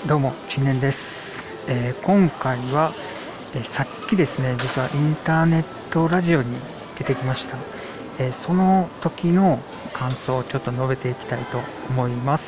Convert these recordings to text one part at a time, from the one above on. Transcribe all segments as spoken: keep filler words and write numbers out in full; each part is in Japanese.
どうも、ちねんです。えー今回は、えーさっきですね、実はインターネットラジオに出てきました。えーその時の感想をちょっと述べていきたいと思います。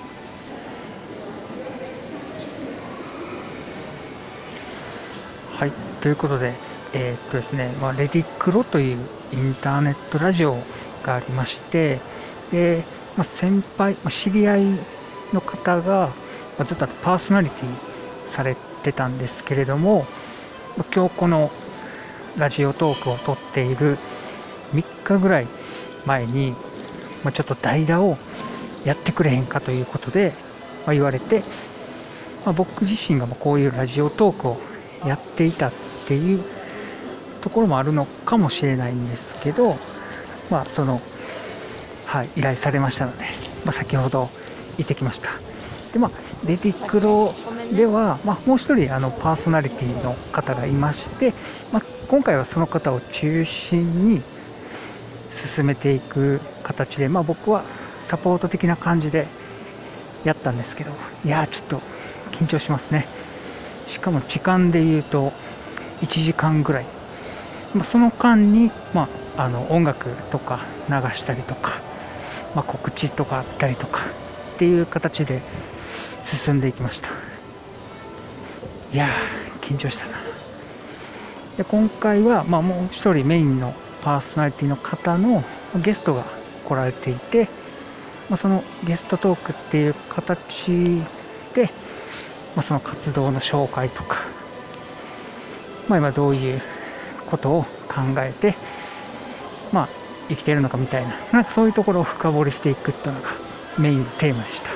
はい、ということで、えーっとですね、まあ、レディクロというインターネットラジオがありまして、で、まあ、先輩、まあ知り合いの方が、まあずっとパーソナリティされてたんですけれども、まあ今日このラジオトークを撮っているみっかぐらい前に、まあ、ちょっと代打をやってくれへんかということで、まあ、言われて、まあ、僕自身がまあこういうラジオトークをやっていたっていうところもあるのかもしれないんですけど、まあその、はい、依頼されましたので、まあ、先ほど行ってきました。で、まあ、レディクロでは、まあ、もう一人あのパーソナリティの方がいまして、まあ、今回はその方を中心に進めていく形で、まあ、僕はサポート的な感じでやったんですけど、いやーちょっと緊張しますね。しかも時間で言うといちじかんぐらい、まあ、その間に、まあ、あの音楽とか流したりとか、まあ、告知とかあったりとかっていう形で進んでいきました。いやー緊張したな。で今回は、まあ、もう一人メインのパーソナリティの方のゲストが来られていて、まあ、そのゲストトークっていう形で、まあ、その活動の紹介とか、まあ、今どういうことを考えて、まあ、生きているのかみたいな、なんかそういうところを深掘りしていくっていうのがメインのテーマでした。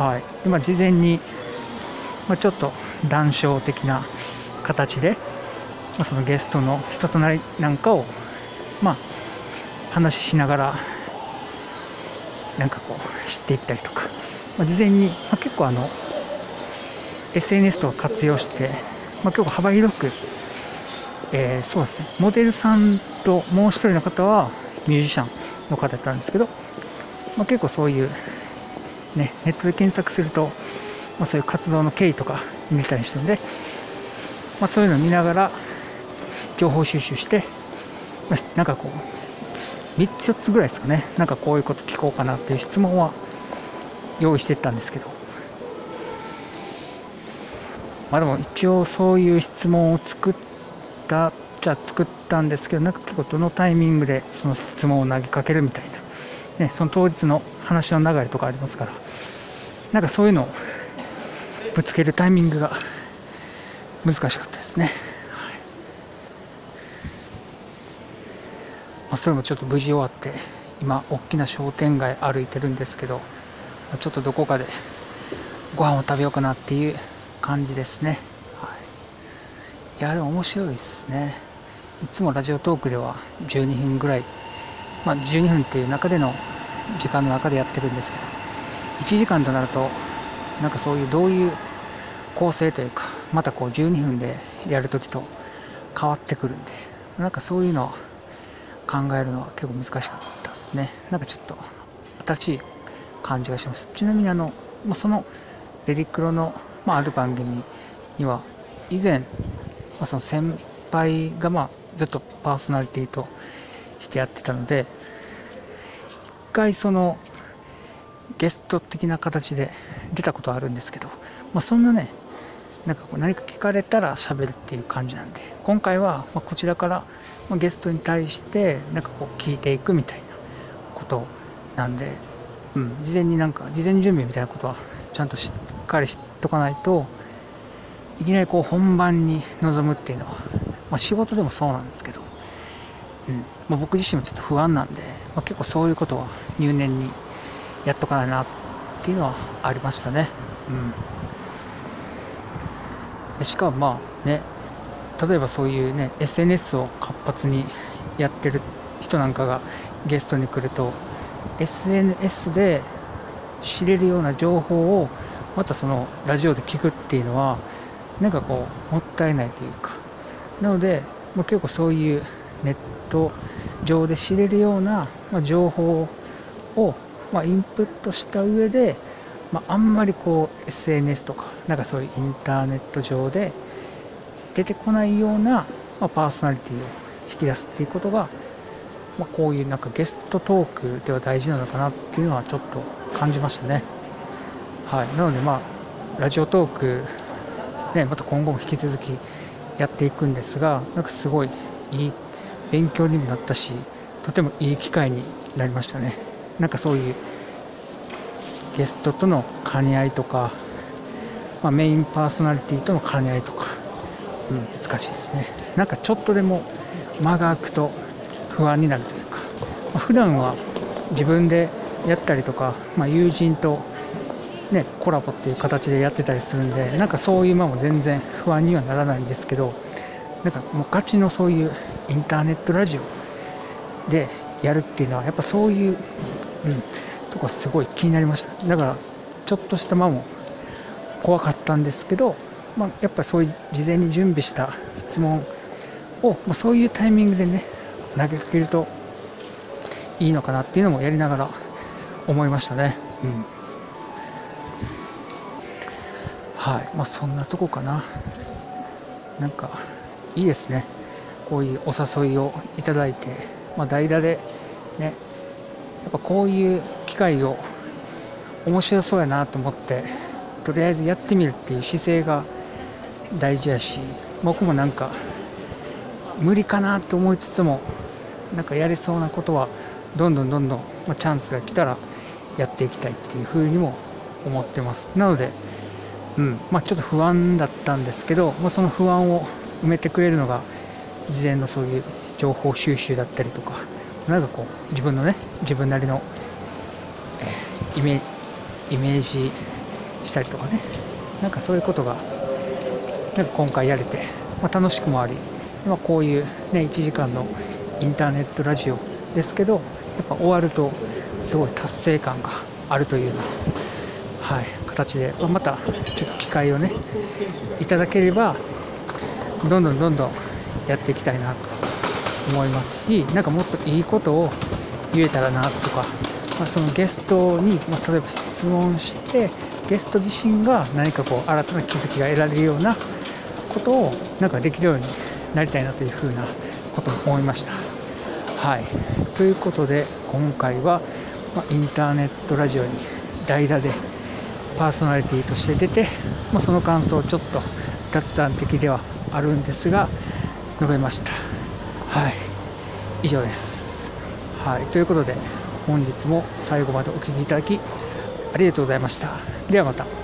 はい。で、まあ、事前に、まあ、ちょっと談笑的な形で、まあ、そのゲストの人となりなんかを、まあ、話ししながら、なんかこう、知っていったりとか、まあ、事前に、まあ、結構あの、エスエヌエス とか活用して、まあ、結構幅広く、えー、そうですね、モデルさんともう一人の方はミュージシャンの方だったんですけど、まあ、結構そういう、ね、ネットで検索すると、まあ、そういう活動の経緯とか見れたりしてるんで、まあ、そういうのを見ながら情報収集して、まあ、なんかこうみっつよっつぐらいですかね、なんかこういうこと聞こうかなっていう質問は用意してったんですけど、まあでも一応そういう質問を作ったじゃあ作ったんですけど、なんか結構どのタイミングでその質問を投げかけるみたいな、ね、その当日の話の流れとかありますから、なんかそういうのをぶつけるタイミングが難しかったですね。まあ、それもちょっと無事終わって、今大きな商店街歩いてるんですけど、ちょっとどこかでご飯を食べようかなっていう感じですね。はい、いやでも面白いですね。いつもラジオトークではじゅうにふんぐらい、まあ、じゅうにふんっていう中での時間の中でやってるんですけど、いちじかんとなるとなんかそういうどういう構成というか、またこうじゅうにふんでやるときと変わってくるんで、なんかそういうのを考えるのは結構難しかったですね。なんかちょっと新しい感じがしました。ちなみにあの、まあ、そのレディクロの、まあ、ある番組には以前、まあ、その先輩がまあずっとパーソナリティとしてやってたので、一回そのゲスト的な形で出たことはあるんですけど、まあ、そんなね、なんかこう何か聞かれたら喋るっていう感じなんで、今回はまあこちらからゲストに対してなんかこう聞いていくみたいなことなんで、うん、事前になんか事前準備みたいなことはちゃんとしっかり知っとかないと、いきなりこう本番に臨むっていうのは、まあ、仕事でもそうなんですけど、うんまあ、僕自身もちょっと不安なんで、まあ、結構そういうことは入念にやっとかないなっていうのはありましたね。うん、しかもまあね、例えばそういうね エスエヌエス を活発にやってる人なんかがゲストに来ると、 エスエヌエス で知れるような情報をまたそのラジオで聞くっていうのはなんかこうもったいないというか、なので、まあ、結構そういうネット上で知れるような、まあ、情報を、まあ、インプットした上で、 まあ、あんまりこう エスエヌエス とかなんかそういうインターネット上で出てこないような、まあ、パーソナリティを引き出すっていうことが、まあ、こういうなんかゲストトークでは大事なのかなっていうのはちょっと感じましたね。はい、なのでまあラジオトーク、ね、また今後も引き続きやっていくんですが、なんかすごいいい勉強にもなったし、とてもいい機会になりましたね。なんかそういうゲストとの兼ね合いとか、まあ、メインパーソナリティとの兼ね合いとか、うん、難しいですね。なんかちょっとでも間が空くと不安になるというか、まあ、普段は自分でやったりとか、まあ、友人と、ね、コラボっていう形でやってたりするんで、なんかそういう間も全然不安にはならないんですけど、なんかもうガチのそういうインターネットラジオでやるっていうのはやっぱそういう、うん、とこすごい気になりました。だからちょっとした間も怖かったんですけど、まあ、やっぱそういう事前に準備した質問を、まあ、そういうタイミングでね投げかけるといいのかなっていうのもやりながら思いましたね。うん、はい、まあそんなとこかな。なんかいいですね、こういうお誘いをいただいて、まあ、代打でね、やっぱこういう機会を面白そうやなと思ってとりあえずやってみるっていう姿勢が大事やし、僕もなんか無理かなと思いつつもなんかやれそうなことはどんどんどんどん、まあ、チャンスが来たらやっていきたいっていうふうにも思ってます。なので、うんまあ、ちょっと不安だったんですけど、まあ、その不安を埋めてくれるのが事前のそういう情報収集だったりとか、なんかこう自分のね自分なりの、えー、イメイメージしたりとかね、なんかそういうことがなんか今回やれて、まあ、楽しくもあり、まあ、こういう、ね、いちじかんのインターネットラジオですけど、やっぱ終わるとすごい達成感があるというような、はい、形で、まあ、またちょっと機会をねいただければどんどんどんどんやっていきたいなと思いますし、なんかもっといいことを言えたらなとか、まあ、そのゲストに、まあ、例えば質問してゲスト自身が何かこう新たな気づきが得られるようなことをなんかできるようになりたいなというふうなことも思いました。はい、ということで今回は、まあ、インターネットラジオに代打でパーソナリティとして出て、まあ、その感想をちょっと雑談的ではあるんですが述べました。はい、以上です。はい、ということで本日も最後までお聞きいただきありがとうございました。ではまた。